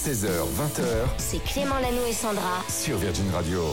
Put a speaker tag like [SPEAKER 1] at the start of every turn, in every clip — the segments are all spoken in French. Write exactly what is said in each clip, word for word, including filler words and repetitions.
[SPEAKER 1] seize heures vingt,
[SPEAKER 2] c'est Clément Lanoux et Sandra
[SPEAKER 1] sur Virgin Radio.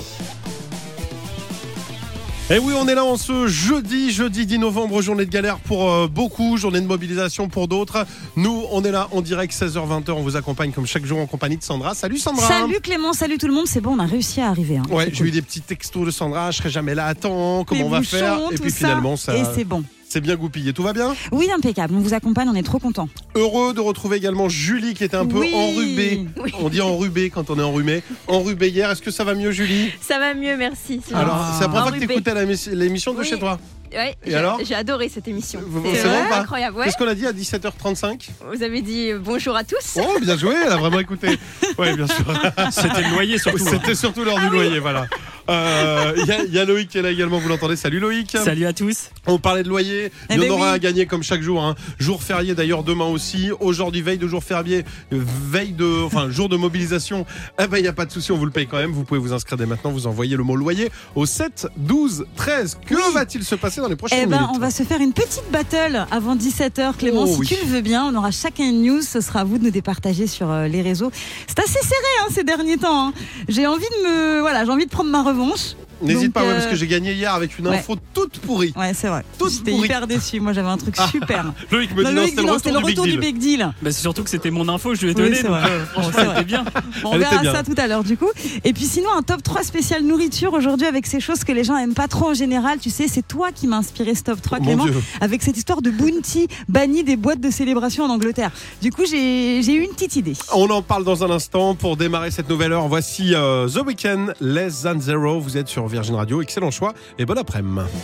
[SPEAKER 3] Et oui, on est là en ce jeudi, jeudi dix novembre, journée de galère pour euh, beaucoup, journée de mobilisation pour d'autres. Nous, on est là en direct, seize heures vingt, on vous accompagne comme chaque jour en compagnie de Sandra. Salut Sandra.
[SPEAKER 4] Salut Clément, salut tout le monde, c'est bon, on a réussi à arriver. Hein.
[SPEAKER 3] Ouais, j'ai cool. eu des petits textos de Sandra, je serai jamais là, attends, comment
[SPEAKER 4] Les
[SPEAKER 3] on va
[SPEAKER 4] bouchons,
[SPEAKER 3] faire. Et puis
[SPEAKER 4] ça,
[SPEAKER 3] finalement, ça...
[SPEAKER 4] Et c'est bon.
[SPEAKER 3] C'est bien goupillé, tout va bien ?
[SPEAKER 4] Oui, impeccable, on vous accompagne, on est trop contents.
[SPEAKER 3] Heureux de retrouver également Julie qui était un peu
[SPEAKER 4] oui.
[SPEAKER 3] enrubée. Oui. On dit enrubée quand on est enrhumé. Enrubée hier, est-ce que ça va mieux Julie ?
[SPEAKER 5] Ça va mieux, merci. C'est
[SPEAKER 3] Alors,
[SPEAKER 5] ah.
[SPEAKER 3] c'est la première fois que
[SPEAKER 5] Enrubée.
[SPEAKER 3] tu écoutais l'émission de
[SPEAKER 5] oui.
[SPEAKER 3] chez toi ?
[SPEAKER 5] Ouais,
[SPEAKER 3] et
[SPEAKER 5] j'ai,
[SPEAKER 3] alors
[SPEAKER 5] j'ai adoré cette émission.
[SPEAKER 3] C'est, c'est vrai,
[SPEAKER 5] incroyable. Ouais.
[SPEAKER 3] Qu'est-ce qu'on a dit à dix-sept heures trente-cinq ?
[SPEAKER 5] Vous avez dit bonjour à tous.
[SPEAKER 3] Oh, bien joué, elle a vraiment écouté. Oui, bien sûr.
[SPEAKER 6] C'était le loyer surtout.
[SPEAKER 3] C'était surtout l'heure
[SPEAKER 5] ah,
[SPEAKER 3] du
[SPEAKER 5] oui.
[SPEAKER 3] loyer, voilà. Il euh, y, y a Loïc qui est là également, vous l'entendez. Salut Loïc.
[SPEAKER 6] Salut à tous.
[SPEAKER 3] On parlait de loyer,
[SPEAKER 4] eh
[SPEAKER 3] il y en
[SPEAKER 4] ben
[SPEAKER 3] aura
[SPEAKER 4] oui.
[SPEAKER 3] à gagner comme chaque jour. Hein. Jour férié d'ailleurs demain aussi. Aujourd'hui veille de jour férié, veille de, enfin jour de mobilisation. Eh ben il y a pas de souci, on vous le paye quand même. Vous pouvez vous inscrire dès maintenant. Vous envoyez le mot loyer au sept douze treize. Que
[SPEAKER 4] oui.
[SPEAKER 3] va-t-il se passer dans les prochaines
[SPEAKER 4] eh ben,
[SPEAKER 3] minutes ?
[SPEAKER 4] On va se faire une petite battle avant dix-sept heures Clément.
[SPEAKER 3] Oh,
[SPEAKER 4] si
[SPEAKER 3] oui.
[SPEAKER 4] tu le veux bien, on aura chacun une news. Ce sera à vous de nous départager sur euh, les réseaux. C'est assez serré hein, ces derniers temps. Hein. J'ai envie de me, voilà, j'ai envie de prendre ma revanche.
[SPEAKER 3] N'hésite
[SPEAKER 4] Donc,
[SPEAKER 3] pas, ouais,
[SPEAKER 4] euh...
[SPEAKER 3] parce que j'ai gagné hier avec une info
[SPEAKER 4] ouais.
[SPEAKER 3] toute pourrie.
[SPEAKER 4] Ouais, c'est vrai.
[SPEAKER 3] Toute
[SPEAKER 4] J'étais
[SPEAKER 3] pourrie.
[SPEAKER 4] hyper déçu. Moi, j'avais un truc
[SPEAKER 3] Ah,
[SPEAKER 4] super.
[SPEAKER 3] Loïc me dit non,
[SPEAKER 4] Loïc
[SPEAKER 3] c'était
[SPEAKER 4] dit
[SPEAKER 3] le
[SPEAKER 4] non,
[SPEAKER 3] retour,
[SPEAKER 4] c'était le
[SPEAKER 3] du,
[SPEAKER 4] retour
[SPEAKER 3] big
[SPEAKER 4] du big deal.
[SPEAKER 6] Bah, c'est surtout que c'était mon info, je lui ai
[SPEAKER 4] Oui,
[SPEAKER 6] donné.
[SPEAKER 4] c'est
[SPEAKER 6] donc,
[SPEAKER 4] vrai.
[SPEAKER 6] euh, franchement,
[SPEAKER 4] Bon, c'est
[SPEAKER 6] c'était bien.
[SPEAKER 4] On
[SPEAKER 3] Elle était
[SPEAKER 4] verra
[SPEAKER 3] bien.
[SPEAKER 4] ça tout à l'heure du coup. Et puis sinon un top trois spécial nourriture aujourd'hui avec ces choses que les gens aiment pas trop en général. Tu sais, c'est toi qui m'as inspiré ce top trois
[SPEAKER 3] Mon
[SPEAKER 4] Clément,
[SPEAKER 3] Dieu.
[SPEAKER 4] avec cette histoire de Bounty banni des boîtes de célébration en Angleterre. Du coup j'ai, j'ai eu une petite idée.
[SPEAKER 3] On en parle dans un instant. Pour démarrer cette nouvelle heure, voici euh, The Weeknd, Less Than Zero. Vous êtes sur Virgin Radio, excellent choix et bon après-midi.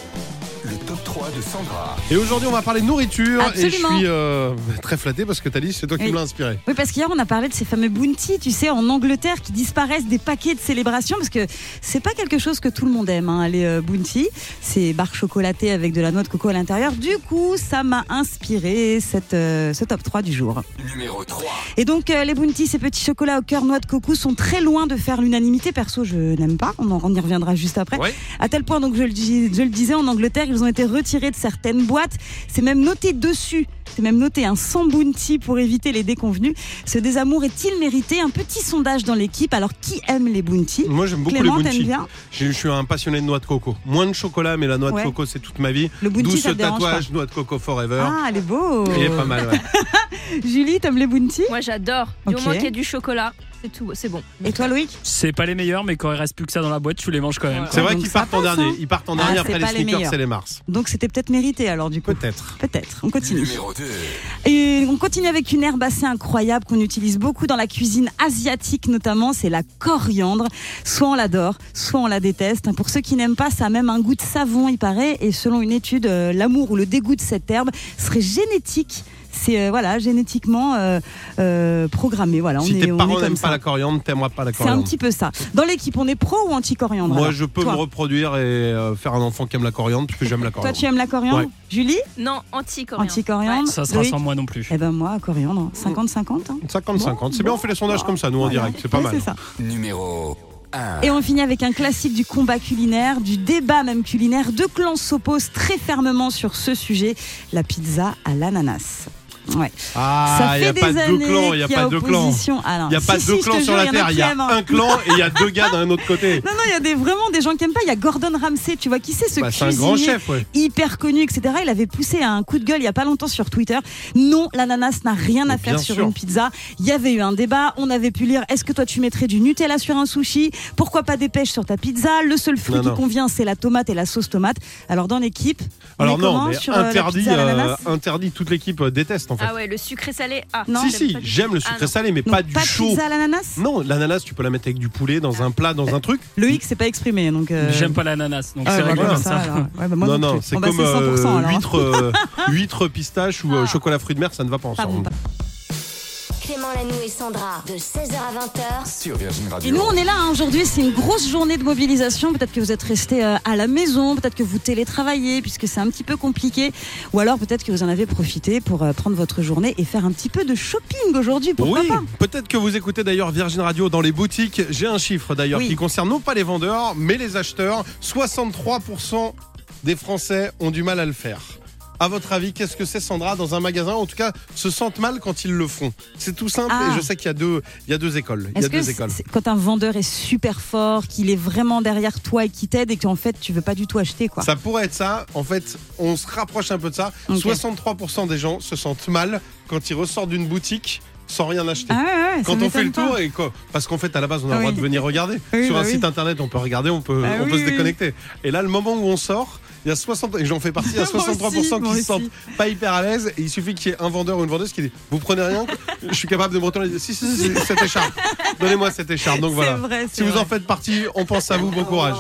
[SPEAKER 1] Le top trois de Sandra.
[SPEAKER 3] Et aujourd'hui on va parler de nourriture.
[SPEAKER 4] Absolument.
[SPEAKER 3] Et je suis euh, très flatté parce que t'as dit c'est toi qui
[SPEAKER 4] Oui.
[SPEAKER 3] me l'as inspiré.
[SPEAKER 4] Oui, parce qu'hier on a parlé de ces fameux Bounty, tu sais, en Angleterre, qui disparaissent des paquets de célébration, parce que c'est pas quelque chose que tout le monde aime, hein, les euh, Bounty. C'est barres chocolatées avec de la noix de coco à l'intérieur. Du coup, ça m'a inspiré cette, euh, ce top trois du jour.
[SPEAKER 1] Numéro trois.
[SPEAKER 4] Et donc, euh, les Bounty, ces petits chocolats au cœur noix de coco, sont très loin de faire l'unanimité. Perso, je n'aime pas. On, en, on y reviendra juste après.
[SPEAKER 3] Ouais.
[SPEAKER 4] À tel point, donc, je le, dis, je le disais, en Angleterre, ils ont été retirés de certaines boîtes. C'est même noté dessus. C'est même noté un sans Bounty pour éviter les déconvenus. Ce désamour est-il mérité ? Un petit sondage dans l'équipe. Alors, qui aime les Bounty ?
[SPEAKER 3] Moi j'aime beaucoup
[SPEAKER 4] Clément,
[SPEAKER 3] les
[SPEAKER 4] t'aimes
[SPEAKER 3] Bounty.
[SPEAKER 4] bien ?
[SPEAKER 3] Je suis un passionné de noix de coco. Moins de chocolat, mais la noix
[SPEAKER 4] Ouais.
[SPEAKER 3] de coco c'est toute ma vie.
[SPEAKER 4] Le Bounty,
[SPEAKER 3] D'où
[SPEAKER 4] ça
[SPEAKER 3] ce
[SPEAKER 4] te dérange
[SPEAKER 3] tatouage, noix de coco forever.
[SPEAKER 4] Ah, elle est beau.
[SPEAKER 3] Il est pas mal, ouais.
[SPEAKER 4] Julie, t'aimes les Bounty ?
[SPEAKER 5] Moi j'adore. Du
[SPEAKER 4] Ok.
[SPEAKER 5] moment qu'il y a du chocolat, c'est tout, c'est bon.
[SPEAKER 4] Et toi, Loïc ?
[SPEAKER 6] C'est pas les meilleurs, mais quand il reste plus que ça dans la boîte, tu les manges quand même.
[SPEAKER 5] Voilà.
[SPEAKER 3] C'est vrai
[SPEAKER 4] donc
[SPEAKER 3] qu'ils
[SPEAKER 4] ça
[SPEAKER 3] partent en
[SPEAKER 4] passe,
[SPEAKER 3] dernier.
[SPEAKER 4] hein.
[SPEAKER 3] Ils partent en
[SPEAKER 4] Ah,
[SPEAKER 3] dernier
[SPEAKER 4] c'est
[SPEAKER 3] après les
[SPEAKER 4] pas les
[SPEAKER 3] sneakers
[SPEAKER 4] meilleurs.
[SPEAKER 3] et les Mars.
[SPEAKER 4] Donc, c'était peut-être mérité alors, du coup.
[SPEAKER 3] Peut-être.
[SPEAKER 4] Peut-être. On continue.
[SPEAKER 1] Numéro deux.
[SPEAKER 4] Et on continue avec une herbe assez incroyable qu'on utilise beaucoup dans la cuisine asiatique notamment, c'est la coriandre. Soit on l'adore, soit on la déteste. Pour ceux qui n'aiment pas, ça a même un goût de savon, il paraît. Et selon une étude, euh, l'amour ou le dégoût de cette herbe serait génétique. C'est euh, voilà, génétiquement euh, euh, programmé. Voilà, on
[SPEAKER 3] Si
[SPEAKER 4] est,
[SPEAKER 3] tes
[SPEAKER 4] on est
[SPEAKER 3] parents
[SPEAKER 4] comme
[SPEAKER 3] n'aiment
[SPEAKER 4] ça.
[SPEAKER 3] pas la coriandre, t'aimeras pas la
[SPEAKER 4] C'est un
[SPEAKER 3] coriandre.
[SPEAKER 4] petit peu ça. Dans l'équipe, on est pro ou anti-coriandre
[SPEAKER 3] Moi
[SPEAKER 4] alors
[SPEAKER 3] je peux
[SPEAKER 4] Toi.
[SPEAKER 3] me reproduire et euh, faire un enfant qui aime la coriandre puisque j'aime la
[SPEAKER 4] Toi,
[SPEAKER 3] coriandre.
[SPEAKER 4] tu aimes la coriandre
[SPEAKER 3] Ouais.
[SPEAKER 4] Julie
[SPEAKER 5] Non, anti-coriandre.
[SPEAKER 4] Anti-coriandre
[SPEAKER 6] Ça sera
[SPEAKER 4] Loïc
[SPEAKER 6] sans moi non plus.
[SPEAKER 4] Eh ben moi, coriandre, cinquante cinquante. Hein.
[SPEAKER 3] cinquante cinquante.
[SPEAKER 4] Bon,
[SPEAKER 3] C'est bien,
[SPEAKER 4] bon.
[SPEAKER 3] on fait les sondages comme ça, nous en
[SPEAKER 4] Voilà.
[SPEAKER 3] direct. C'est pas
[SPEAKER 4] Ouais,
[SPEAKER 3] mal.
[SPEAKER 4] C'est ça.
[SPEAKER 1] Numéro un.
[SPEAKER 4] Et on finit avec un classique du combat culinaire, du débat même culinaire. Deux clans s'opposent très fermement sur ce sujet, la pizza à l'ananas. Ouais.
[SPEAKER 3] Ah,
[SPEAKER 4] Ça
[SPEAKER 3] il n'y
[SPEAKER 4] fait
[SPEAKER 3] a pas
[SPEAKER 4] des
[SPEAKER 3] de deux
[SPEAKER 4] années
[SPEAKER 3] clans. Il n'y a
[SPEAKER 4] qu'il y
[SPEAKER 3] pas de deux clans.
[SPEAKER 4] opposition. Ah non.
[SPEAKER 3] Il n'y a pas
[SPEAKER 4] Si,
[SPEAKER 3] deux
[SPEAKER 4] si, je
[SPEAKER 3] clans
[SPEAKER 4] te
[SPEAKER 3] sur
[SPEAKER 4] jure,
[SPEAKER 3] la
[SPEAKER 4] il y en
[SPEAKER 3] terre. Il y a
[SPEAKER 4] qui aiment, hein.
[SPEAKER 3] un clan et il y a deux gars d'un autre côté.
[SPEAKER 4] Non, non, il y a des, vraiment des gens qui aiment pas. Il y a Gordon Ramsay, tu vois, qui c'est ce
[SPEAKER 3] Bah, c'est un
[SPEAKER 4] cuisinier
[SPEAKER 3] grand chef, ouais.
[SPEAKER 4] hyper connu, et cetera. Il avait poussé un coup de gueule il y a pas longtemps sur Twitter. Non, l'ananas n'a rien
[SPEAKER 3] Mais
[SPEAKER 4] à faire
[SPEAKER 3] bien
[SPEAKER 4] sur
[SPEAKER 3] sûr.
[SPEAKER 4] une pizza. Il y avait eu un débat. On avait pu lire, est-ce que toi tu mettrais du Nutella sur un sushi ? Pourquoi pas des pêches sur ta pizza ? Le seul fruit
[SPEAKER 3] Non,
[SPEAKER 4] qui
[SPEAKER 3] non.
[SPEAKER 4] convient, c'est la tomate et la sauce tomate. Alors dans l'équipe, on
[SPEAKER 3] Alors
[SPEAKER 4] est
[SPEAKER 3] non,
[SPEAKER 4] comment
[SPEAKER 3] mais
[SPEAKER 4] sur euh, la
[SPEAKER 3] interdit,
[SPEAKER 4] pizza à
[SPEAKER 3] euh,
[SPEAKER 4] l'ananas ?
[SPEAKER 3] interdit. Toute l'équipe euh, déteste en fait.
[SPEAKER 5] Ah ouais, le sucré salé. Ah,
[SPEAKER 4] Non.
[SPEAKER 3] Si
[SPEAKER 5] j'aime
[SPEAKER 3] si,
[SPEAKER 5] pas du tout.
[SPEAKER 3] j'aime le
[SPEAKER 5] Ah,
[SPEAKER 3] sucré
[SPEAKER 5] non.
[SPEAKER 3] salé, mais
[SPEAKER 4] Donc,
[SPEAKER 3] pas du
[SPEAKER 4] de
[SPEAKER 3] chaud.
[SPEAKER 4] pizza à l'ananas ?
[SPEAKER 3] Non, l'ananas, tu peux la mettre avec du poulet dans un plat, dans un truc.
[SPEAKER 4] Loïc, c'est pas exprimé, donc. euh,
[SPEAKER 6] J'aime pas l'ananas, donc
[SPEAKER 4] Ah,
[SPEAKER 6] c'est
[SPEAKER 4] bah,
[SPEAKER 6] réglé
[SPEAKER 3] voilà.
[SPEAKER 6] comme ça.
[SPEAKER 4] alors. Ouais, bah, moi
[SPEAKER 3] non,
[SPEAKER 4] non,
[SPEAKER 3] non,
[SPEAKER 4] plus.
[SPEAKER 3] c'est
[SPEAKER 4] Bon, bah,
[SPEAKER 3] comme
[SPEAKER 4] c'est cent pour cent,
[SPEAKER 3] euh,
[SPEAKER 4] alors.
[SPEAKER 3] huître, euh, huître pistache ou euh,
[SPEAKER 5] Ah.
[SPEAKER 3] chocolat fruit de mer, ça ne va pas
[SPEAKER 4] Pardon,
[SPEAKER 3] ensemble.
[SPEAKER 4] pardon.
[SPEAKER 2] Clément Lanoux et Sandra de seize heures à vingt heures
[SPEAKER 1] Sur Virgin Radio.
[SPEAKER 4] Et nous, on est là hein, aujourd'hui, c'est une grosse journée de mobilisation. Peut-être que vous êtes restés euh, à la maison, peut-être que vous télétravaillez puisque c'est un petit peu compliqué. Ou alors peut-être que vous en avez profité pour euh, prendre votre journée et faire un petit peu de shopping aujourd'hui, pourquoi
[SPEAKER 3] Oui,
[SPEAKER 4] pas ?
[SPEAKER 3] peut-être que vous écoutez d'ailleurs Virgin Radio dans les boutiques. J'ai un chiffre d'ailleurs
[SPEAKER 4] Oui.
[SPEAKER 3] qui concerne non pas les vendeurs, mais les acheteurs. soixante-trois pour cent des Français ont du mal à le faire. À votre avis, qu'est-ce que c'est, Sandra, dans un magasin? En tout cas, se sentent mal quand ils le font. C'est tout simple
[SPEAKER 4] Ah.
[SPEAKER 3] et je sais qu'il y a deux, il y a deux écoles. Il y a
[SPEAKER 4] Est-ce que
[SPEAKER 3] deux
[SPEAKER 4] c'est-
[SPEAKER 3] écoles.
[SPEAKER 4] c'est quand un vendeur est super fort, qu'il est vraiment derrière toi et qui t'aide et qu'en fait tu veux pas du tout acheter quoi.
[SPEAKER 3] Ça pourrait être ça. En fait, on se rapproche un peu de ça.
[SPEAKER 4] Ok.
[SPEAKER 3] soixante-trois pour cent des gens se sentent mal quand ils ressortent d'une boutique sans rien acheter.
[SPEAKER 4] Ah ouais, ouais, ça
[SPEAKER 3] Quand on fait le
[SPEAKER 4] m'étonne
[SPEAKER 3] tour
[SPEAKER 4] pas.
[SPEAKER 3] et quoi, parce qu'en fait à la base on a le
[SPEAKER 4] Oui.
[SPEAKER 3] droit de venir regarder
[SPEAKER 4] Oui,
[SPEAKER 3] sur
[SPEAKER 4] bah
[SPEAKER 3] un
[SPEAKER 4] oui.
[SPEAKER 3] site internet, on peut regarder, on peut,
[SPEAKER 4] Bah
[SPEAKER 3] on
[SPEAKER 4] oui,
[SPEAKER 3] peut se
[SPEAKER 4] oui.
[SPEAKER 3] déconnecter. Et là le moment où on sort, il y a soixante et j'en fais partie, il y a
[SPEAKER 4] Moi
[SPEAKER 3] soixante-trois pour cent
[SPEAKER 4] aussi, moi
[SPEAKER 3] qui se sentent
[SPEAKER 4] aussi.
[SPEAKER 3] pas hyper à l'aise et il suffit qu'il y ait un vendeur ou une vendeuse qui dit vous prenez rien, je suis capable de me retourner et dire si si, si cette écharpe, donnez-moi cette écharpe. Donc voilà.
[SPEAKER 4] C'est vrai,
[SPEAKER 3] Si
[SPEAKER 4] c'est
[SPEAKER 3] vous
[SPEAKER 4] vrai.
[SPEAKER 3] en faites partie, on pense à vous, bon courage.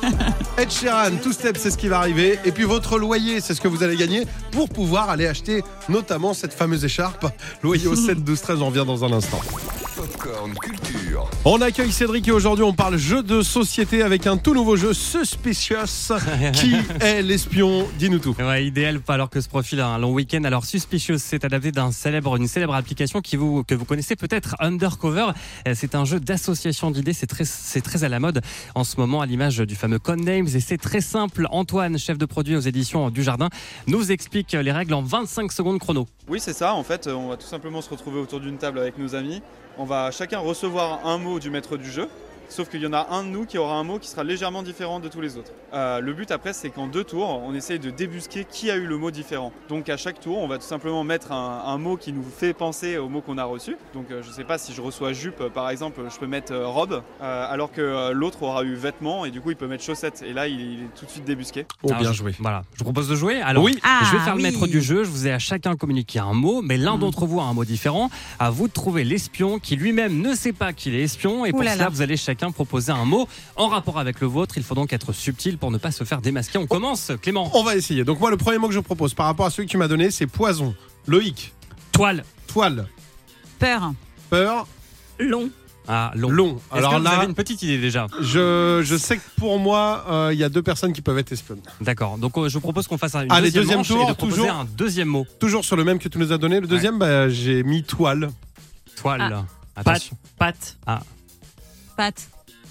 [SPEAKER 3] Ed Sheeran, Two Step, c'est ce qui va arriver. Et puis votre loyer, c'est ce que vous allez gagner pour pouvoir aller acheter notamment cette fameuse écharpe. Loyer au sept, douze, treize, on revient dans un instant.
[SPEAKER 1] Popcorn Culture.
[SPEAKER 3] On accueille Cédric et aujourd'hui on parle jeu de société avec un tout nouveau jeu, Suspicious. Qui est l'espion? Dis-nous tout.
[SPEAKER 7] Ouais, idéal alors que se profile un long week-end. Alors Suspicious, c'est adapté d'un célèbre, une célèbre application qui vous, que vous connaissez peut-être, Undercover. Euh, C'est un jeu d'association d'idées, c'est très, c'est très à la mode en ce moment à l'image du fameux Codenames et c'est très simple. Antoine, chef de produit aux éditions du Jardin, nous explique les règles en vingt-cinq secondes chrono.
[SPEAKER 8] Oui, c'est ça. En fait, on va tout simplement se retrouver autour d'une table avec nos amis. On va chacun recevoir un mot du maître du jeu. Sauf qu'il y en a un de nous qui aura un mot qui sera légèrement différent de tous les autres. Euh, le but après, c'est qu'en deux tours, on essaye de débusquer qui a eu le mot différent. Donc à chaque tour, on va tout simplement mettre un, un mot qui nous fait penser au mot qu'on a reçu. Donc euh, je sais pas, si je reçois jupe, euh, par exemple, je peux mettre euh, robe, euh, alors que euh, l'autre aura eu vêtements et du coup il peut mettre chaussettes. Et là, il, il est tout de suite débusqué.
[SPEAKER 3] Oh,
[SPEAKER 7] Alors,
[SPEAKER 3] bien
[SPEAKER 7] je-
[SPEAKER 3] joué.
[SPEAKER 7] Voilà, je vous propose de jouer. Alors,
[SPEAKER 3] Oui.
[SPEAKER 4] Ah,
[SPEAKER 7] je vais faire
[SPEAKER 4] oui.
[SPEAKER 7] le maître du jeu. Je vous ai à chacun communiqué un mot, mais l'un
[SPEAKER 4] Mm.
[SPEAKER 7] d'entre vous a un mot différent. À vous de trouver l'espion qui lui-même ne sait pas qu'il est espion. Et
[SPEAKER 4] Ouh
[SPEAKER 7] pour
[SPEAKER 4] là
[SPEAKER 7] cela,
[SPEAKER 4] là.
[SPEAKER 7] vous allez chacun proposer un mot en rapport avec le vôtre. Il faut donc être subtil pour ne pas se faire démasquer. On commence, Clément.
[SPEAKER 3] On va essayer. Donc moi le premier mot que je propose par rapport à celui que tu m'as donné, c'est poison. Loïc,
[SPEAKER 7] Toile.
[SPEAKER 3] toile,
[SPEAKER 4] Peur.
[SPEAKER 3] peur,
[SPEAKER 5] Long.
[SPEAKER 7] Ah, long.
[SPEAKER 3] long.
[SPEAKER 7] Est-ce
[SPEAKER 3] Alors
[SPEAKER 7] que vous
[SPEAKER 3] là,
[SPEAKER 7] avez une petite idée déjà?
[SPEAKER 3] je, je sais que pour moi, euh, il y a deux personnes qui peuvent être espionnes.
[SPEAKER 7] D'accord. Donc euh, je vous propose qu'on fasse un une
[SPEAKER 3] Allez,
[SPEAKER 7] deuxième,
[SPEAKER 3] deuxième
[SPEAKER 7] manche
[SPEAKER 3] tour,
[SPEAKER 7] et de proposer
[SPEAKER 3] toujours.
[SPEAKER 7] un deuxième mot.
[SPEAKER 3] Toujours sur le même que tu nous as donné. Le deuxième, bah, j'ai mis toile.
[SPEAKER 7] Toile.
[SPEAKER 5] Ah.
[SPEAKER 7] Attention.
[SPEAKER 6] Patte.
[SPEAKER 4] Patte.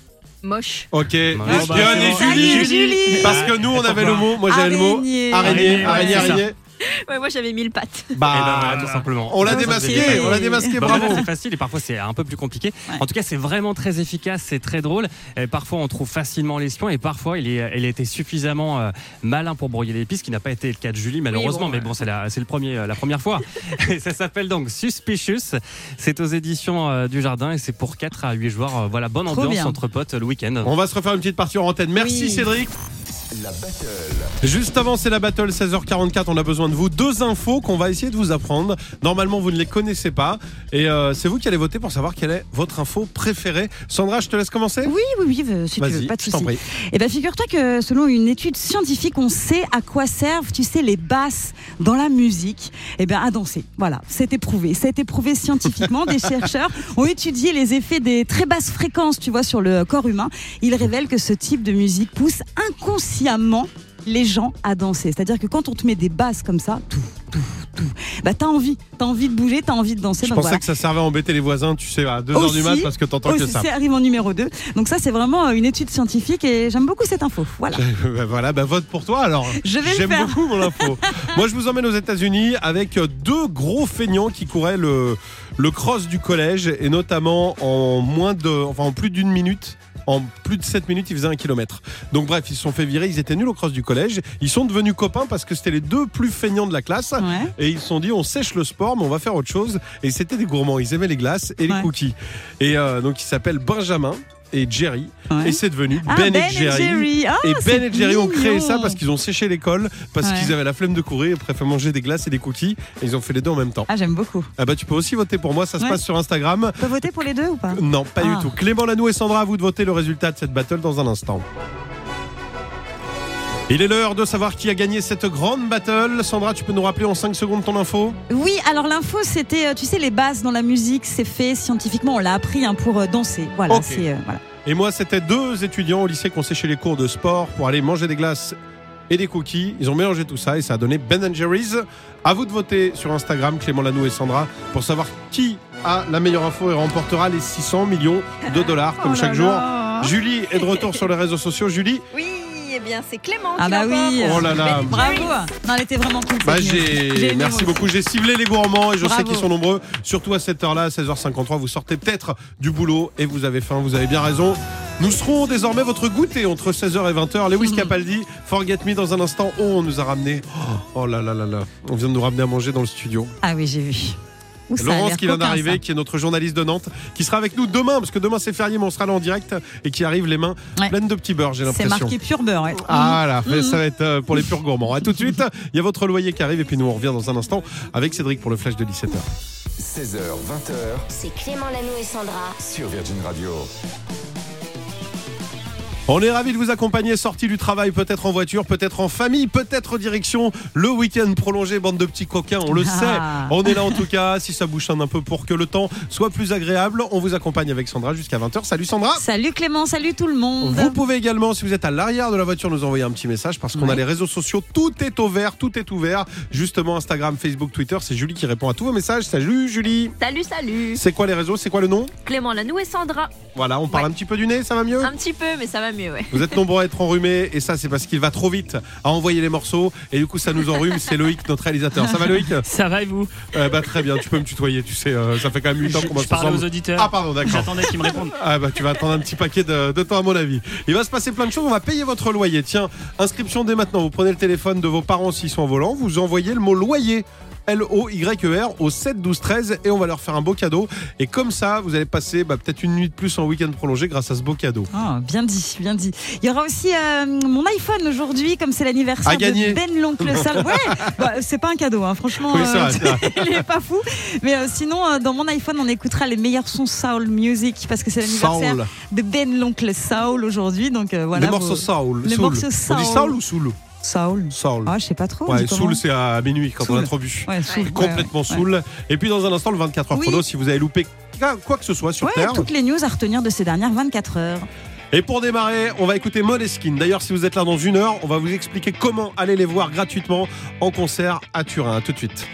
[SPEAKER 5] Moche.
[SPEAKER 3] Ok,
[SPEAKER 7] bah,
[SPEAKER 3] espionne et
[SPEAKER 7] c'est bon.
[SPEAKER 3] Julie.
[SPEAKER 4] Allez, Julie.
[SPEAKER 3] Parce que nous, on avait le mot. Moi, j'avais le mot.
[SPEAKER 4] Araignée.
[SPEAKER 3] Araignée,
[SPEAKER 7] Araignée,
[SPEAKER 3] araignée,
[SPEAKER 7] ouais, c'est ça.
[SPEAKER 3] araignée.
[SPEAKER 5] Ouais, moi j'avais mille pattes.
[SPEAKER 3] Bah,
[SPEAKER 7] Eh ben, voilà, tout simplement.
[SPEAKER 3] on l'a
[SPEAKER 4] Ouais,
[SPEAKER 3] démasqué,
[SPEAKER 4] c'est-
[SPEAKER 3] on l'a démasqué,
[SPEAKER 7] Bah,
[SPEAKER 3] bravo.
[SPEAKER 7] voilà, c'est facile et parfois c'est un peu plus compliqué.
[SPEAKER 4] Ouais.
[SPEAKER 7] En tout cas, c'est vraiment très efficace, c'est très drôle. Et parfois, on trouve facilement l'espion et parfois, il, est, il a été suffisamment euh, malin pour brouiller les pistes, ce qui n'a pas été le cas de Julie, malheureusement.
[SPEAKER 5] bon,
[SPEAKER 7] mais bon, c'est la, c'est le premier, euh, la première fois. Et ça s'appelle donc Suspicious. C'est aux éditions euh, du Jardin et c'est pour quatre à huit joueurs. Euh, voilà, bonne
[SPEAKER 4] Trop
[SPEAKER 7] ambiance
[SPEAKER 4] bien.
[SPEAKER 7] entre potes euh, le week-end.
[SPEAKER 3] On va se refaire une petite partie en antenne. Merci
[SPEAKER 4] Oui.
[SPEAKER 3] Cédric.
[SPEAKER 1] La battle.
[SPEAKER 3] Juste avant, c'est la battle, seize heures quarante-quatre. On a besoin de vous. Deux infos qu'on va essayer de vous apprendre. Normalement, vous ne les connaissez pas. Et euh, c'est vous qui allez voter pour savoir quelle est votre info préférée. Sandra, je te laisse commencer.
[SPEAKER 4] Oui, oui, oui, euh, si tu veux,
[SPEAKER 3] Vas-y,
[SPEAKER 4] pas de
[SPEAKER 3] je t'en
[SPEAKER 4] souci.
[SPEAKER 3] prie.
[SPEAKER 4] Eh ben, figure-toi que selon une étude scientifique, on sait à quoi servent, tu sais, les basses dans la musique. Eh bien, à danser. Voilà, c'est éprouvé. C'est éprouvé scientifiquement. Des chercheurs ont étudié les effets des très basses fréquences, tu vois, sur le corps humain. Ils révèlent que ce type de musique pousse inconsciemment les gens à danser. C'est-à-dire que quand on te met des basses comme ça, tout, tout, tout, bah t'as envie, t'as envie de bouger, t'as envie de danser.
[SPEAKER 3] Je
[SPEAKER 4] donc
[SPEAKER 3] pensais
[SPEAKER 4] voilà.
[SPEAKER 3] que ça servait à embêter les voisins, tu sais, à deux heures du
[SPEAKER 4] Aussi,
[SPEAKER 3] mat parce que t'entends que
[SPEAKER 4] Oh,
[SPEAKER 3] ça.
[SPEAKER 4] c'est arrive en numéro deux. Donc ça, c'est vraiment une étude scientifique et j'aime beaucoup cette info. Voilà.
[SPEAKER 3] Bah voilà, bah vote pour toi alors.
[SPEAKER 4] Je vais le
[SPEAKER 3] J'aime
[SPEAKER 4] faire.
[SPEAKER 3] beaucoup mon info. Moi, je vous emmène aux États-Unis avec deux gros feignants qui couraient le, le cross du collège et notamment en moins de, enfin en plus d'une minute. En plus de sept minutes, ils faisaient un kilomètre. Donc bref, ils se sont fait virer, ils étaient nuls au cross du collège. Ils sont devenus copains parce que c'était les deux plus feignants de la classe.
[SPEAKER 4] Ouais.
[SPEAKER 3] Et ils se sont dit, on sèche le sport, mais on va faire autre chose. Et c'était des gourmands, ils aimaient les glaces et les
[SPEAKER 4] Ouais.
[SPEAKER 3] cookies. Et euh, donc ils s'appellent Benjamin et Jerry.
[SPEAKER 4] Ouais.
[SPEAKER 3] Et c'est devenu
[SPEAKER 4] Ah,
[SPEAKER 3] Ben,
[SPEAKER 4] Ben
[SPEAKER 3] et Jerry.
[SPEAKER 4] Ah,
[SPEAKER 3] Et
[SPEAKER 4] c'est
[SPEAKER 3] Ben et Jerry ont créé
[SPEAKER 4] mignon.
[SPEAKER 3] ça parce qu'ils ont séché l'école, parce
[SPEAKER 4] Ouais.
[SPEAKER 3] qu'ils avaient la flemme de courir, ils préféraient manger des glaces et des cookies. Et ils ont fait les deux en même temps.
[SPEAKER 4] Ah, j'aime beaucoup.
[SPEAKER 3] Ah bah tu peux aussi voter pour moi, ça se
[SPEAKER 4] Ouais.
[SPEAKER 3] passe sur Instagram.
[SPEAKER 4] On peut voter pour les deux ou pas?
[SPEAKER 3] Non, pas
[SPEAKER 4] Ah.
[SPEAKER 3] du tout. Clément Lanoux et Sandra, à vous de voter le résultat de cette battle dans un instant. Il est l'heure de savoir qui a gagné cette grande battle. Sandra, tu peux nous rappeler en cinq secondes ton info?
[SPEAKER 4] Oui, alors l'info, c'était, euh, tu sais, les bases dans la musique, c'est fait scientifiquement, on l'a appris hein, pour euh, danser. Voilà,
[SPEAKER 3] Ok.
[SPEAKER 4] c'est. euh, voilà.
[SPEAKER 3] Et moi, c'était deux étudiants au lycée qui ont séché les cours de sport pour aller manger des glaces et des cookies. Ils ont mélangé tout ça et ça a donné Ben and Jerry's. À vous de voter sur Instagram, Clément Lanoux et Sandra, pour savoir qui a la meilleure info et remportera les six cents millions de dollars comme
[SPEAKER 4] Oh
[SPEAKER 3] chaque
[SPEAKER 4] là
[SPEAKER 3] jour.
[SPEAKER 4] là.
[SPEAKER 3] Julie est de retour sur les réseaux sociaux. Julie,
[SPEAKER 4] Oui, eh
[SPEAKER 5] bien, c'est Clément
[SPEAKER 4] Ah
[SPEAKER 5] qui
[SPEAKER 4] bah
[SPEAKER 5] l'emporte.
[SPEAKER 4] oui.
[SPEAKER 3] Oh là là.
[SPEAKER 4] Bravo. Non, elle était vraiment cool.
[SPEAKER 3] Bah
[SPEAKER 4] cette news.
[SPEAKER 3] j'ai
[SPEAKER 4] aimé,
[SPEAKER 3] merci
[SPEAKER 4] moi
[SPEAKER 3] beaucoup, j'ai ciblé les gourmands et je
[SPEAKER 4] Bravo.
[SPEAKER 3] sais qu'ils sont nombreux, surtout à cette heure-là, à seize heures cinquante-trois, vous sortez peut-être du boulot et vous avez faim, vous avez bien raison. Nous serons désormais votre goûter entre seize heures et vingt heures. Lewis
[SPEAKER 4] Mhm.
[SPEAKER 3] Capaldi, Forget Me dans un instant. Oh, on nous a ramené. Oh là là là là. On vient de nous ramener à manger dans le studio.
[SPEAKER 4] Ah oui, j'ai vu. Ouh, ça a
[SPEAKER 3] Laurence
[SPEAKER 4] l'air
[SPEAKER 3] qui vient
[SPEAKER 4] coquin,
[SPEAKER 3] d'arriver,
[SPEAKER 4] ça.
[SPEAKER 3] qui est notre journaliste de Nantes, qui sera avec nous demain, parce que demain c'est férié, mais on sera là en direct, et qui arrive les mains
[SPEAKER 4] Ouais.
[SPEAKER 3] pleines de petits beurres, j'ai
[SPEAKER 4] C'est
[SPEAKER 3] l'impression.
[SPEAKER 4] marqué pur beurre. Ouais.
[SPEAKER 3] Ah là, mais
[SPEAKER 4] Mhm.
[SPEAKER 3] ça va être euh, pour les purs gourmands. À tout de suite, il y a votre loyer qui arrive, et puis nous on revient dans un instant avec Cédric pour le flash de dix-sept heures.
[SPEAKER 1] seize heures, vingt heures
[SPEAKER 2] C'est Clément Lanoux et Sandra.
[SPEAKER 1] sur Virgin Radio.
[SPEAKER 3] On est ravis de vous accompagner, sorti du travail, peut-être en voiture, peut-être en famille, peut-être direction le week-end prolongé, bande de petits coquins, on le
[SPEAKER 4] Ah.
[SPEAKER 3] sait. On est là en tout cas, si ça bouchonne un peu pour que le temps soit plus agréable, on vous accompagne avec Sandra jusqu'à vingt heures. Salut Sandra.
[SPEAKER 4] Salut Clément, salut tout le monde.
[SPEAKER 3] Vous pouvez également, si vous êtes à l'arrière de la voiture, nous envoyer un petit message parce qu'on
[SPEAKER 4] Ouais.
[SPEAKER 3] a les réseaux sociaux, tout est ouvert, tout est ouvert. Justement, Instagram, Facebook, Twitter, c'est Julie qui répond à tous vos messages. Salut Julie.
[SPEAKER 5] Salut, salut.
[SPEAKER 3] C'est quoi les réseaux? C'est quoi le nom?
[SPEAKER 5] Clément Lanoux et Sandra.
[SPEAKER 3] Voilà, on parle
[SPEAKER 5] Ouais.
[SPEAKER 3] un petit peu du nez, ça va mieux?
[SPEAKER 5] Un petit peu, mais ça va mieux, ouais.
[SPEAKER 3] Vous êtes nombreux à être enrhumés et ça c'est parce qu'il va trop vite à envoyer les morceaux et du coup ça nous enrhume. C'est Loïc, notre réalisateur. Ça va Loïc?
[SPEAKER 6] Ça va et vous?
[SPEAKER 3] euh, Bah très bien, tu peux me tutoyer, tu sais, euh, ça fait quand même huit ans qu'on
[SPEAKER 6] Je,
[SPEAKER 3] va
[SPEAKER 6] je parle
[SPEAKER 3] ensemble.
[SPEAKER 6] aux auditeurs.
[SPEAKER 3] Ah pardon, d'accord.
[SPEAKER 6] J'attendais qu'ils me répondent.
[SPEAKER 3] Ah bah tu vas attendre un petit paquet de, de temps à mon avis. Il va se passer plein de choses, on va payer votre loyer. Tiens, inscription dès maintenant, vous prenez le téléphone de vos parents s'ils sont au volant, vous envoyez le mot loyer. L O Y E R au sept douze treize et on va leur faire un beau cadeau. Et comme ça, vous allez passer bah, peut-être une nuit de plus en week-end prolongé grâce à ce beau cadeau.
[SPEAKER 4] Ah, bien dit, bien dit. Il y aura aussi euh, mon iPhone aujourd'hui, comme c'est l'anniversaire
[SPEAKER 3] À gagner.
[SPEAKER 4] de Ben l'oncle Sal. Ouais, bah, c'est pas un cadeau, hein, franchement.
[SPEAKER 3] Oui, c'est vrai, c'est vrai.
[SPEAKER 4] il est pas fou. Mais euh, sinon, euh, dans mon iPhone, on écoutera les meilleurs sons soul music parce que c'est l'anniversaire
[SPEAKER 3] Soul.
[SPEAKER 4] de Ben l'oncle Soul aujourd'hui. Donc euh, voilà.
[SPEAKER 3] les morceaux
[SPEAKER 4] vos-
[SPEAKER 3] soul.
[SPEAKER 4] les
[SPEAKER 3] soul.
[SPEAKER 4] morceaux
[SPEAKER 3] On dit
[SPEAKER 4] soul.
[SPEAKER 3] soul ou soul?
[SPEAKER 4] Soul.
[SPEAKER 3] Soul.
[SPEAKER 4] Ah, je sais pas trop. on
[SPEAKER 3] Ouais,
[SPEAKER 4] dit comment
[SPEAKER 3] soul c'est à minuit quand on a
[SPEAKER 4] Soul.
[SPEAKER 3] trop bu.
[SPEAKER 4] Ouais, soul. Ouais,
[SPEAKER 3] Complètement
[SPEAKER 4] ouais.
[SPEAKER 3] saoul. Et puis dans un instant, le vingt-quatre heures
[SPEAKER 4] Oui.
[SPEAKER 3] chrono, si vous avez loupé quoi que ce soit sur
[SPEAKER 4] Ouais,
[SPEAKER 3] Terre.
[SPEAKER 4] toutes les news à retenir de ces dernières vingt-quatre heures.
[SPEAKER 3] Et pour démarrer, on va écouter Måneskin. D'ailleurs, si vous êtes là dans une heure, on va vous expliquer comment aller les voir gratuitement en concert à Turin. À tout de suite.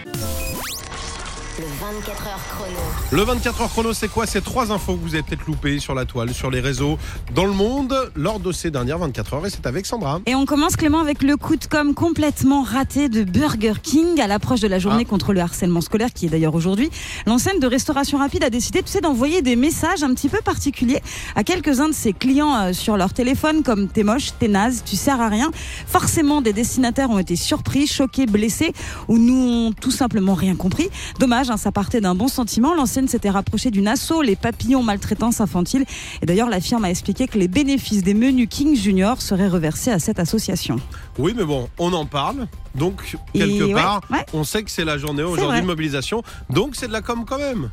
[SPEAKER 2] Le vingt-quatre heures chrono.
[SPEAKER 3] Le vingt-quatre heures chrono, c'est quoi? C'est trois infos que vous avez peut-être loupées sur la toile, sur les réseaux, dans le monde, lors de ces dernières vingt-quatre heures. Et c'est avec Sandra.
[SPEAKER 4] Et on commence Clément avec le coup de com' complètement raté de Burger King à l'approche de la journée
[SPEAKER 3] Ah.
[SPEAKER 4] contre le harcèlement scolaire qui est d'ailleurs aujourd'hui. L'enseigne de restauration rapide a décidé, tu sais, d'envoyer des messages un petit peu particuliers à quelques-uns de ses clients euh, sur leur téléphone comme t'es moche, t'es naze, tu sers à rien. Forcément, des destinataires ont été surpris, choqués, blessés ou n'ont tout simplement rien compris. Dommage, hein, ça partait d'un bon sentiment. L'enseigne s'était rapprochée d'une asso, les papillons maltraitance infantile. Et d'ailleurs, la firme a expliqué que les bénéfices des menus King Junior seraient reversés à cette association.
[SPEAKER 3] Oui, mais bon, on en parle. Donc,
[SPEAKER 4] Et
[SPEAKER 3] quelque
[SPEAKER 4] ouais,
[SPEAKER 3] part,
[SPEAKER 4] ouais.
[SPEAKER 3] on sait que c'est la journée aujourd'hui
[SPEAKER 4] vrai.
[SPEAKER 3] de mobilisation. Donc, c'est de la com quand même.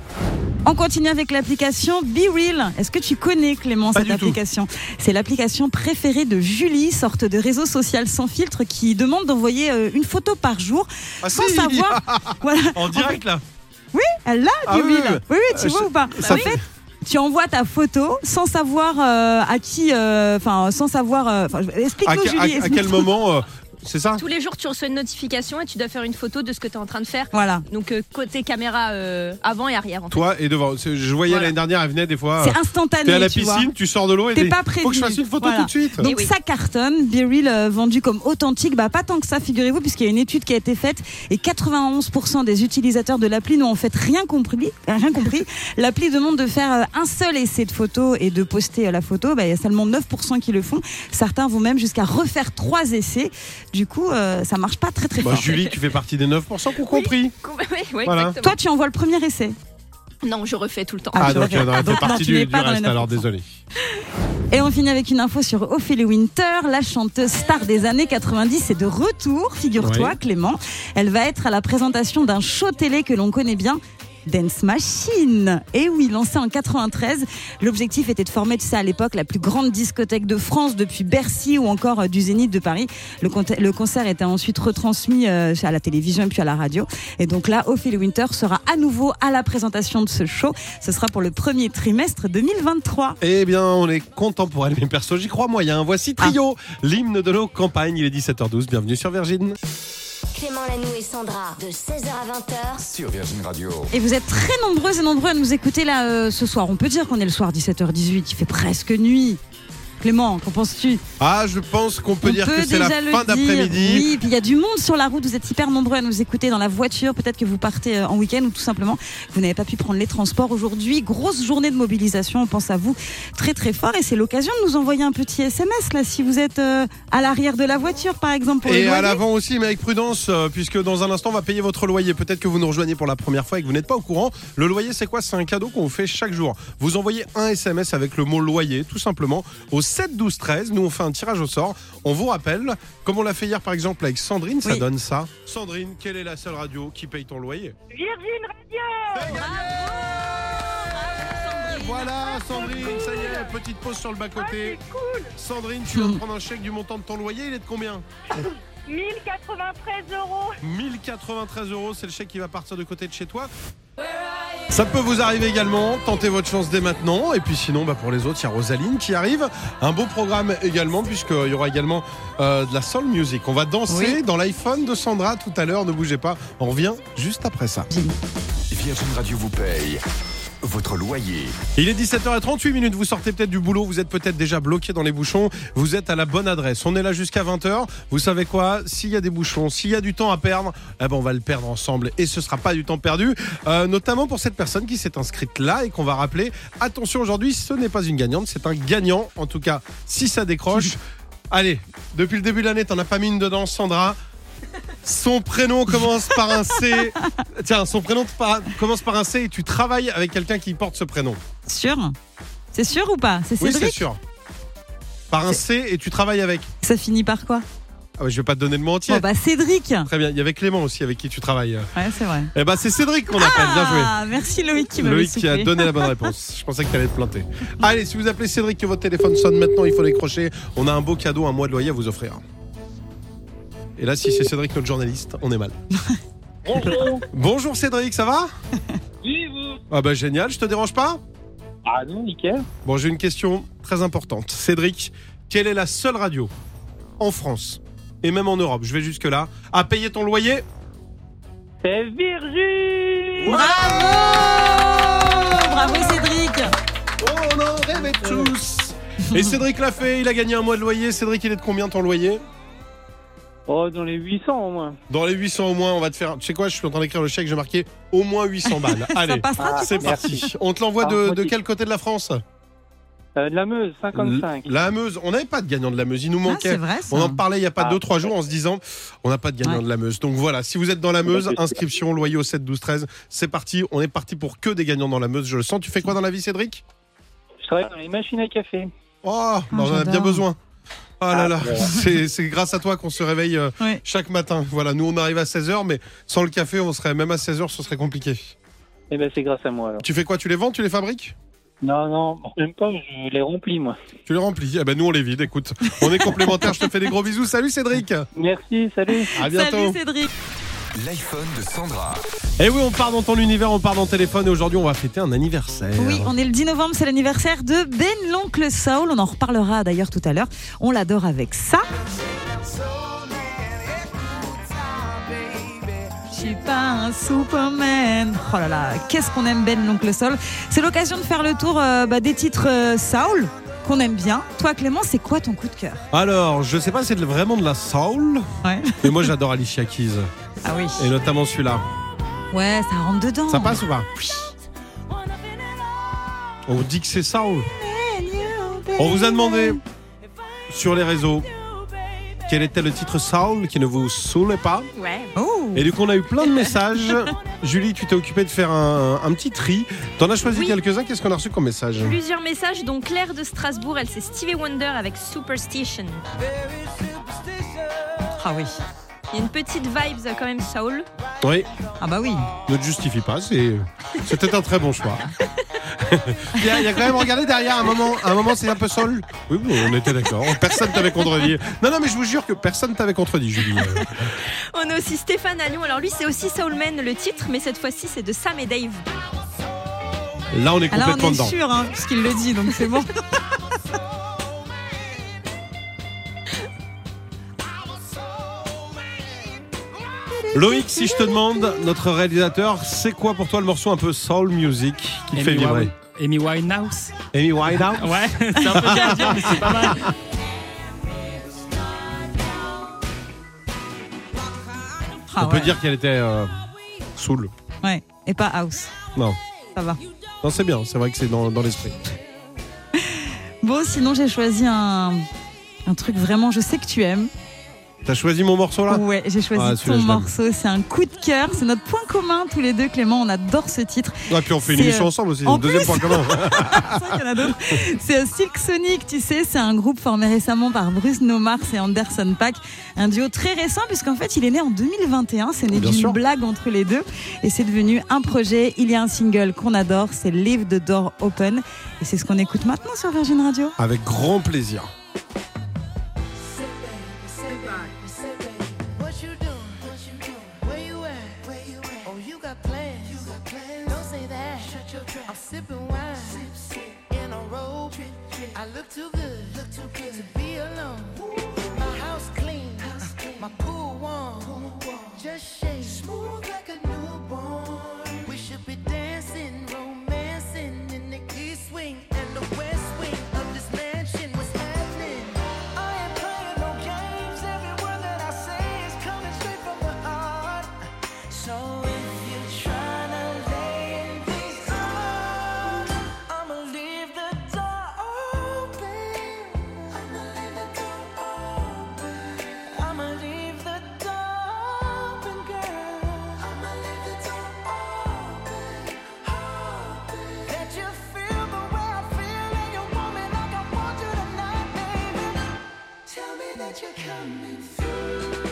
[SPEAKER 4] On continue avec l'application Be Real. Est-ce que tu connais, Clément,
[SPEAKER 3] Pas
[SPEAKER 4] cette
[SPEAKER 3] du tout.
[SPEAKER 4] application? C'est l'application préférée de Julie, sorte de réseau social sans filtre qui demande d'envoyer euh, une photo par jour
[SPEAKER 3] Ah,
[SPEAKER 4] sans
[SPEAKER 3] si
[SPEAKER 4] savoir. Voilà.
[SPEAKER 3] En direct, là.
[SPEAKER 4] Elle l'a,
[SPEAKER 3] Ah
[SPEAKER 4] Be
[SPEAKER 3] oui,
[SPEAKER 4] Real. Oui, oui, tu
[SPEAKER 3] Euh,
[SPEAKER 4] vois
[SPEAKER 3] je-
[SPEAKER 4] ou pas?
[SPEAKER 3] ça
[SPEAKER 4] En fait, tu envoies ta photo sans savoir euh, à qui, euh, enfin, sans savoir. euh, Enfin,
[SPEAKER 3] À,
[SPEAKER 4] explique-nous,
[SPEAKER 3] à-
[SPEAKER 4] Julie.
[SPEAKER 3] à quel
[SPEAKER 4] explique-nous.
[SPEAKER 3] moment euh, c'est ça?
[SPEAKER 5] Tous les jours, tu reçois une notification et tu dois faire une photo de ce que tu es en train de faire.
[SPEAKER 4] Voilà.
[SPEAKER 5] Donc, euh, côté caméra euh, avant et arrière, en fait.
[SPEAKER 3] Toi et devant. C'est- Je voyais
[SPEAKER 5] Voilà.
[SPEAKER 3] l'année dernière, elle venait des fois.
[SPEAKER 4] C'est
[SPEAKER 3] euh,
[SPEAKER 4] instantané.
[SPEAKER 3] T'es à la
[SPEAKER 4] tu vois.
[SPEAKER 3] piscine, tu sors de l'eau et
[SPEAKER 4] T'es
[SPEAKER 3] dis,
[SPEAKER 4] pas
[SPEAKER 3] faut que je
[SPEAKER 4] prévenu.
[SPEAKER 3] fasse une photo
[SPEAKER 4] Voilà.
[SPEAKER 3] tout de suite.
[SPEAKER 4] Donc
[SPEAKER 5] Eh oui.
[SPEAKER 4] ça cartonne, Be Real euh, vendu comme authentique, bah pas tant que ça, figurez-vous, puisqu'il y a une étude qui a été faite et quatre-vingt-onze pour cent des utilisateurs de l'appli n'ont en fait rien compris. Rien compris. L'appli demande de faire euh, un seul essai de photo et de poster euh, la photo. Bah, il y a seulement neuf pour cent qui le font. Certains vont même jusqu'à refaire trois essais. Du coup, euh, ça marche pas très très
[SPEAKER 3] Bah,
[SPEAKER 4] fort.
[SPEAKER 3] Julie, tu fais partie des neuf pour cent qui ont compris.
[SPEAKER 5] Oui, oui,
[SPEAKER 3] Voilà.
[SPEAKER 5] exactement.
[SPEAKER 4] Toi, tu envoies le premier essai.
[SPEAKER 5] Non, je refais tout le temps.
[SPEAKER 4] Ah,
[SPEAKER 3] Ah,
[SPEAKER 4] je
[SPEAKER 3] donc,
[SPEAKER 4] reviens.
[SPEAKER 3] euh, non, elle fait
[SPEAKER 4] Donc, non,
[SPEAKER 3] partie
[SPEAKER 4] tu
[SPEAKER 3] du,
[SPEAKER 4] n'es
[SPEAKER 3] du
[SPEAKER 4] pas dans les
[SPEAKER 3] reste,
[SPEAKER 4] neuf
[SPEAKER 3] alors
[SPEAKER 4] pour cent.
[SPEAKER 3] désolé.
[SPEAKER 4] Et on finit avec une info sur Ophélie Winter, la chanteuse star des années quatre-vingt-dix est de retour, figure-toi
[SPEAKER 3] Oui.
[SPEAKER 4] Clément. Elle va être à la présentation d'un show télé que l'on connaît bien, Dance Machine. Et oui, lancé en quatre-vingt-treize, l'objectif était de former, tu sais, à l'époque, la plus grande discothèque de France depuis Bercy ou encore euh, du Zénith de Paris. Le, con- le concert était ensuite retransmis euh, à la télévision puis à la radio. Et donc là, Ophélie Winter sera à nouveau à la présentation de ce show. Ce sera pour le premier trimestre deux mille vingt-trois.
[SPEAKER 3] Eh bien, on est content pour elle, mais perso, j'y crois moyen. Voici Trio, l'hymne de nos campagnes. Il est dix-sept heures douze. Bienvenue sur Virgin.
[SPEAKER 2] Clément Lanoux et Sandra, de seize heures à vingt heures.
[SPEAKER 1] Sur Virgin Radio.
[SPEAKER 4] Et vous êtes très nombreuses et nombreux à nous écouter là euh, ce soir. On peut dire qu'on est le soir dix-sept heures dix-huit, il fait presque nuit. Clément, qu'en penses-tu?
[SPEAKER 3] Ah, je pense qu'on peut
[SPEAKER 4] On
[SPEAKER 3] dire
[SPEAKER 4] peut
[SPEAKER 3] que c'est la
[SPEAKER 4] déjà le
[SPEAKER 3] fin
[SPEAKER 4] dire.
[SPEAKER 3] d'après-midi.
[SPEAKER 4] Oui, puis il y a du monde sur la route. Vous êtes hyper nombreux à nous écouter dans la voiture. Peut-être que vous partez euh, en week-end ou tout simplement vous n'avez pas pu prendre les transports aujourd'hui. Grosse journée de mobilisation. On pense à vous très très fort et c'est l'occasion de nous envoyer un petit S M S là si vous êtes euh, à l'arrière de la voiture par exemple pour le
[SPEAKER 3] Et
[SPEAKER 4] loyer.
[SPEAKER 3] à l'avant aussi, mais avec prudence, euh, puisque dans un instant, on va payer votre loyer. Peut-être que vous nous rejoignez pour la première fois et que vous n'êtes pas au courant. Le loyer, c'est quoi? C'est un cadeau qu'on vous fait chaque jour. Vous envoyez un S M S avec le mot loyer, tout simplement, au sept douze treize. Nous, on fait un tirage au sort. On vous rappelle, comme on l'a fait hier, par exemple, avec Sandrine, ça
[SPEAKER 4] Oui.
[SPEAKER 3] donne ça. Sandrine, quelle est la seule radio qui paye ton loyer?
[SPEAKER 9] Virgin Radio.
[SPEAKER 3] Voilà, Sandrine, ça y est, petite pause sur le bas-côté.
[SPEAKER 9] Ah, c'est cool.
[SPEAKER 3] Sandrine, tu vas te prendre un chèque du montant de ton loyer. Il est de combien?
[SPEAKER 9] mille quatre-vingt-treize euros.
[SPEAKER 3] mille quatre-vingt-treize euros, c'est le chèque qui va partir de côté de chez toi. Ça peut vous arriver également, tentez votre chance dès maintenant. Et puis sinon, bah pour les autres, il y a Rosaline qui arrive. Un beau programme également, puisqu'il y aura également euh, de la soul music. On va danser
[SPEAKER 4] Oui.
[SPEAKER 3] dans l'iPhone de Sandra tout à l'heure, ne bougez pas. On revient juste après ça.
[SPEAKER 1] Virgin Radio vous paye votre loyer.
[SPEAKER 3] Il est dix-sept heures trente-huit minutes, vous sortez peut-être du boulot, vous êtes peut-être déjà bloqué dans les bouchons, vous êtes à la bonne adresse. On est là jusqu'à vingt heures. Vous savez quoi? S'il y a des bouchons, s'il y a du temps à perdre, eh ben on va le perdre ensemble et ce sera pas du temps perdu. Euh, notamment pour cette personne qui s'est inscrite là et qu'on va rappeler. Attention, aujourd'hui, ce n'est pas une gagnante, c'est un gagnant. En tout cas, si ça décroche. Allez, depuis le début de l'année, t'en as pas mis une dedans, Sandra. Son prénom commence par un C. Tiens, son prénom par- commence par un C et tu travailles avec quelqu'un qui porte ce prénom.
[SPEAKER 4] Sûr? C'est sûr ou pas? C'est
[SPEAKER 3] Oui,
[SPEAKER 4] Cédric?
[SPEAKER 3] c'est sûr. Par un C et tu travailles avec.
[SPEAKER 4] Ça finit par quoi?
[SPEAKER 3] Ah ouais, je vais pas te donner le mot entier.
[SPEAKER 4] Bon bah Cédric.
[SPEAKER 3] Très bien. Il y avait Clément aussi avec qui tu travailles.
[SPEAKER 4] Ouais, c'est vrai.
[SPEAKER 3] Eh ben c'est Cédric qu'on appelle. Bien joué.
[SPEAKER 4] Ah, merci Loïc qui m'a
[SPEAKER 3] Loïc qui a donné la bonne réponse. Je pensais que t'allais te planter. Allez, si vous appelez Cédric, que votre téléphone sonne maintenant, il faut décrocher. On a un beau cadeau, un mois de loyer à vous offrir. Et là, si c'est Cédric, notre journaliste, on est mal.
[SPEAKER 9] Bonjour.
[SPEAKER 3] Bonjour Cédric, ça va?
[SPEAKER 9] Oui, vous.
[SPEAKER 3] Ah bah génial, je te dérange pas?
[SPEAKER 9] Ah non, nickel.
[SPEAKER 3] Bon, j'ai une question très importante. Cédric, quelle est la seule radio en France et même en Europe, je vais jusque là, à payer ton loyer?
[SPEAKER 9] C'est Virgin.
[SPEAKER 4] Bravo! Bravo Cédric!
[SPEAKER 3] Oh, on en rêvait tous. Et Cédric l'a fait, il a gagné un mois de loyer. Cédric, il est de combien ton loyer?
[SPEAKER 9] Oh, dans les huit cents au moins.
[SPEAKER 3] Dans les huit cents au moins, on va te faire... Tu sais quoi, je suis en train d'écrire le chèque, j'ai marqué au moins huit cents balles. Allez,
[SPEAKER 4] passera, tu
[SPEAKER 3] c'est
[SPEAKER 4] penses?
[SPEAKER 3] parti. On te l'envoie
[SPEAKER 9] Ah,
[SPEAKER 3] de,
[SPEAKER 9] moi
[SPEAKER 3] de
[SPEAKER 9] aussi.
[SPEAKER 3] quel côté de la France?
[SPEAKER 9] Euh, de la Meuse, cinquante-cinq.
[SPEAKER 3] La Meuse. On n'avait pas de gagnant de la Meuse, il nous
[SPEAKER 4] Ah,
[SPEAKER 3] manquait.
[SPEAKER 4] c'est vrai ça.
[SPEAKER 3] On en parlait il n'y a pas
[SPEAKER 9] Ah,
[SPEAKER 3] deux trois jours en se disant on n'a pas de gagnant
[SPEAKER 4] Ouais.
[SPEAKER 3] de la Meuse. Donc voilà, si vous êtes dans la Meuse,
[SPEAKER 9] Bah, c'est-
[SPEAKER 3] inscription, loyer au sept douze treize. C'est parti, on est parti pour que des gagnants dans la Meuse, je le sens. Tu fais quoi dans la vie, Cédric?
[SPEAKER 9] Je travaille dans les machines à café.
[SPEAKER 3] Oh, bah, on en a
[SPEAKER 4] j'adore.
[SPEAKER 3] bien besoin. Oh là
[SPEAKER 9] Ah,
[SPEAKER 3] là,
[SPEAKER 9] voilà.
[SPEAKER 3] c'est, c'est grâce à toi qu'on se réveille euh,
[SPEAKER 4] Ouais.
[SPEAKER 3] chaque matin. Voilà, nous on arrive à seize heures, mais sans le café, on serait même à seize heures, ce serait compliqué.
[SPEAKER 9] Eh ben, c'est grâce à moi, alors.
[SPEAKER 3] Tu fais quoi? Tu les vends? Tu les fabriques?
[SPEAKER 9] Non, non, même pas, je les remplis, moi.
[SPEAKER 3] Tu les remplis? Eh ben nous on les vide, écoute. On est complémentaires, je te fais des gros bisous. Salut Cédric.
[SPEAKER 9] Merci, salut.
[SPEAKER 3] À bientôt.
[SPEAKER 4] Salut Cédric!
[SPEAKER 1] L'iPhone de Sandra.
[SPEAKER 3] Et oui, on part dans ton univers, on part dans téléphone et aujourd'hui on va fêter un anniversaire.
[SPEAKER 4] Oui, on est le dix novembre, c'est l'anniversaire de Ben l'oncle Soul. On en reparlera d'ailleurs tout à l'heure. On l'adore avec ça. Je suis pas un Superman. Oh là là, qu'est-ce qu'on aime Ben l'oncle Soul. C'est l'occasion de faire le tour euh, bah, des titres euh, Soul qu'on aime bien. Toi Clément, c'est quoi ton coup de cœur?
[SPEAKER 3] Alors, je sais pas si c'est de- vraiment de la soul,
[SPEAKER 4] Ouais.
[SPEAKER 3] mais moi j'adore Alicia Keys
[SPEAKER 4] Ah oui.
[SPEAKER 3] et notamment celui-là.
[SPEAKER 4] Ouais, ça rentre dedans.
[SPEAKER 3] Ça passe ou pas? On vous dit que c'est soul. On vous a demandé sur les réseaux quel était le titre soul qui ne vous saoulait pas.
[SPEAKER 5] Ouais.
[SPEAKER 4] Oh.
[SPEAKER 3] Et du coup, on a eu plein de messages. Julie, tu t'es occupée de faire un, un petit tri. T'en as choisi
[SPEAKER 5] Oui.
[SPEAKER 3] quelques-uns. Qu'est-ce qu'on a reçu comme message?
[SPEAKER 5] Plusieurs messages, dont Claire de Strasbourg, elle c'est Stevie Wonder avec Superstition.
[SPEAKER 4] Ah oui.
[SPEAKER 5] Il y a une petite vibes quand même soul.
[SPEAKER 3] Oui,
[SPEAKER 4] Ah bah oui.
[SPEAKER 3] ne te justifie pas. C'est... C'était un très bon choix. il, y a, il y a quand même, regardez derrière, un moment, un moment c'est un peu soul. Oui, bon, on était d'accord. Personne t'avait contredit. Non, non, mais je vous jure que personne t'avait contredit, Julie. Euh,
[SPEAKER 5] On a aussi Stéphane à Lyon. Alors lui c'est aussi Soulman le titre, mais cette fois-ci c'est de Sam et Dave.
[SPEAKER 3] Là, on est
[SPEAKER 4] Ah là, on
[SPEAKER 3] complètement
[SPEAKER 4] est
[SPEAKER 3] dedans.
[SPEAKER 4] sûr, hein, puisqu'il le dit, donc c'est bon.
[SPEAKER 3] Loïc, si je te demande, notre réalisateur, c'est quoi pour toi le morceau un peu soul music qui te fait
[SPEAKER 6] Amy
[SPEAKER 3] vibrer?
[SPEAKER 6] Wi- Amy Winehouse.
[SPEAKER 3] Amy Winehouse.
[SPEAKER 6] Ouais, c'est un peu dur à dire, mais c'est pas mal.
[SPEAKER 4] Ah
[SPEAKER 3] On peut
[SPEAKER 4] ouais.
[SPEAKER 3] dire qu'elle était euh, saoul.
[SPEAKER 4] Ouais, et pas house.
[SPEAKER 3] Non.
[SPEAKER 4] Ça va.
[SPEAKER 3] Non, c'est bien, c'est vrai que c'est dans, dans l'esprit.
[SPEAKER 4] Bon, sinon j'ai choisi un, un truc vraiment, je sais que tu aimes.
[SPEAKER 3] T'as choisi mon morceau là ?
[SPEAKER 4] Ouais, j'ai choisi
[SPEAKER 3] Ah,
[SPEAKER 4] ton
[SPEAKER 3] celui-là, je l'aime.
[SPEAKER 4] morceau. C'est un coup de cœur. C'est notre point commun tous les deux, Clément. On adore ce titre.
[SPEAKER 3] Ouais, puis on fait une
[SPEAKER 4] C'est,
[SPEAKER 3] émission
[SPEAKER 4] euh,
[SPEAKER 3] ensemble aussi.
[SPEAKER 4] en
[SPEAKER 3] Deuxième
[SPEAKER 4] plus.
[SPEAKER 3] point commun.
[SPEAKER 4] C'est vrai qu'il y en a d'autres. C'est euh, Silk Sonic, tu sais, c'est un groupe formé récemment par Bruce Mars et Anderson .Paak. Un duo très récent, puisqu'en fait, il est né en deux mille vingt et un. C'est né
[SPEAKER 3] Bien
[SPEAKER 4] d'une
[SPEAKER 3] sûr.
[SPEAKER 4] blague entre les deux. Et c'est devenu un projet. Il y a un single qu'on adore. C'est Leave the Door Open. Et c'est ce qu'on écoute maintenant sur Virgin Radio.
[SPEAKER 3] Avec grand plaisir.
[SPEAKER 10] I look too good, look too good to be alone. My house clean, my pool warm, just shake smooth like a newborn. We should be dancing, romancing in the east wing and the west wing of this mansion. What's happening? I ain't playing no games. Every word that I say is coming straight from the heart. So if you're trying to lay in these arms, I'ma leave the door open. I'ma leave the door open. I'ma leave the door open, girl. I'ma leave the door open, open. Let you feel the way I feel, and you want me like I want you tonight, baby. Tell me that you're coming through.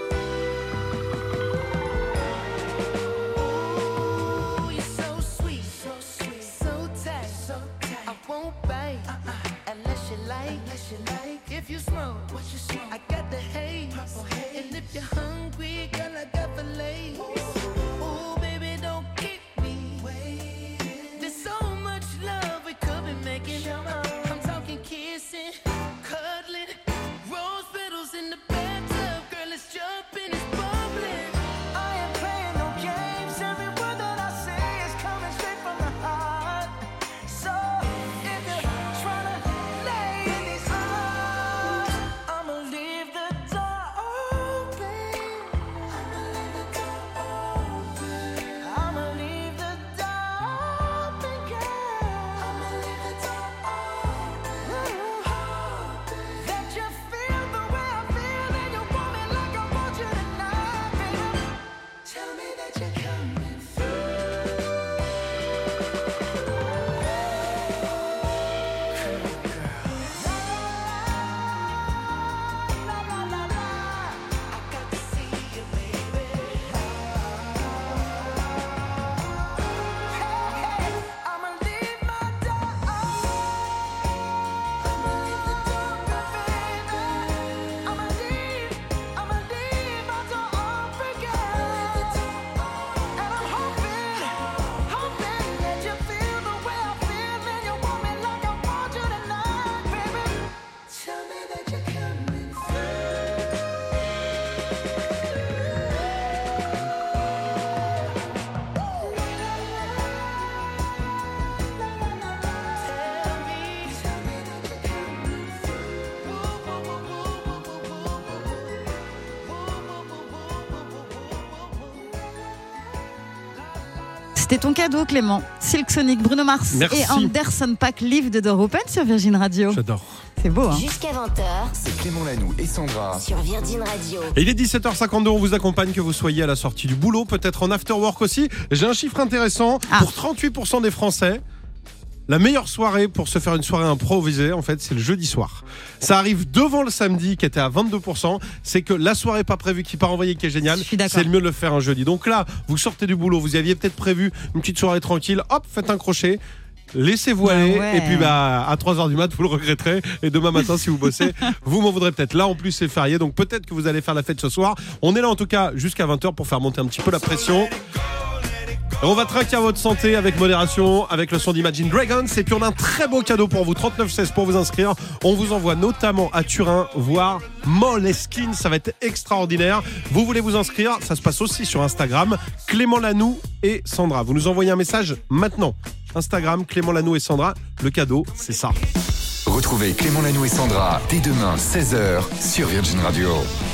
[SPEAKER 10] Ooh, you're so sweet, so sweet, so tight, so tight. I won't bite unless you like, unless you like. If you smoke, what you smoke? I got the haze, and if you're hungry, girl, I got fillets. Ooh, baby, don't keep me waiting. There's so much love we could be making. I'm talking kissing, cuddling, rose petals in the bathtub. Girl, let's jump in, it's bubbling. I ain't playing no games. Every word that I say is coming straight from the heart. So if you're trying to lay in these arms, I'ma leave the door open. I'ma leave the door open. I'ma leave the door open, girl. I'ma leave the door open, open. Let you feel the way I feel, and you want me like I want you tonight, baby. Tell me that you're coming through. La, la, la, la. I got to see you, baby. Hey, I'ma leave my door open. I'ma leave the door open, baby. I'ma leave, I'ma leave my door open, girl. And I'm hoping, hoping that you feel the way I feel, and you want me like I want you tonight, baby. Tell me that you're coming
[SPEAKER 4] C'était ton cadeau, Clément. Silk Sonic, Bruno Mars
[SPEAKER 3] Merci.
[SPEAKER 4] et Anderson .Paak, Leave the Door Open sur Virgin Radio.
[SPEAKER 3] J'adore.
[SPEAKER 4] C'est beau, hein?
[SPEAKER 2] Jusqu'à vingt heures
[SPEAKER 1] C'est Clément Lanoux et Sandra.
[SPEAKER 2] sur Virgin Radio.
[SPEAKER 3] Et il est dix-sept heures cinquante-deux, on vous accompagne, que vous soyez à la sortie du boulot, peut-être en after work aussi. J'ai un chiffre intéressant.
[SPEAKER 4] Ah.
[SPEAKER 3] Pour trente-huit pour cent des Français, la meilleure soirée pour se faire une soirée improvisée, en fait, c'est le jeudi soir. Ça arrive devant le samedi qui était à vingt-deux pour cent. C'est que la soirée pas prévue qui part envoyer qui est géniale,
[SPEAKER 4] Je suis d'accord.
[SPEAKER 3] c'est le mieux de le faire un jeudi. Donc là, vous sortez du boulot, vous aviez peut-être prévu une petite soirée tranquille, hop, faites un crochet. Laissez-vous
[SPEAKER 4] Ah
[SPEAKER 3] aller
[SPEAKER 4] ouais.
[SPEAKER 3] et puis bah à trois heures du mat vous le regretterez, et demain matin si vous bossez vous m'en voudrez peut-être. Là en plus c'est férié, donc peut-être que vous allez faire la fête ce soir. On est là en tout cas jusqu'à vingt heures pour faire monter un petit peu la pression. Et on va trinquer à votre santé avec modération, avec le son d'Imagine Dragons. Et puis on a un très beau cadeau pour vous, trente-neuf seize pour vous inscrire. On vous envoie notamment à Turin voir Måneskin, ça va être extraordinaire. Vous voulez vous inscrire, ça se passe aussi sur Instagram, Clément Lanoux et Sandra. Vous nous envoyez un message maintenant Instagram, Clément Lanoux et Sandra. Le cadeau, c'est ça.
[SPEAKER 1] Retrouvez Clément Lanoux et Sandra dès demain, seize heures, sur Virgin Radio.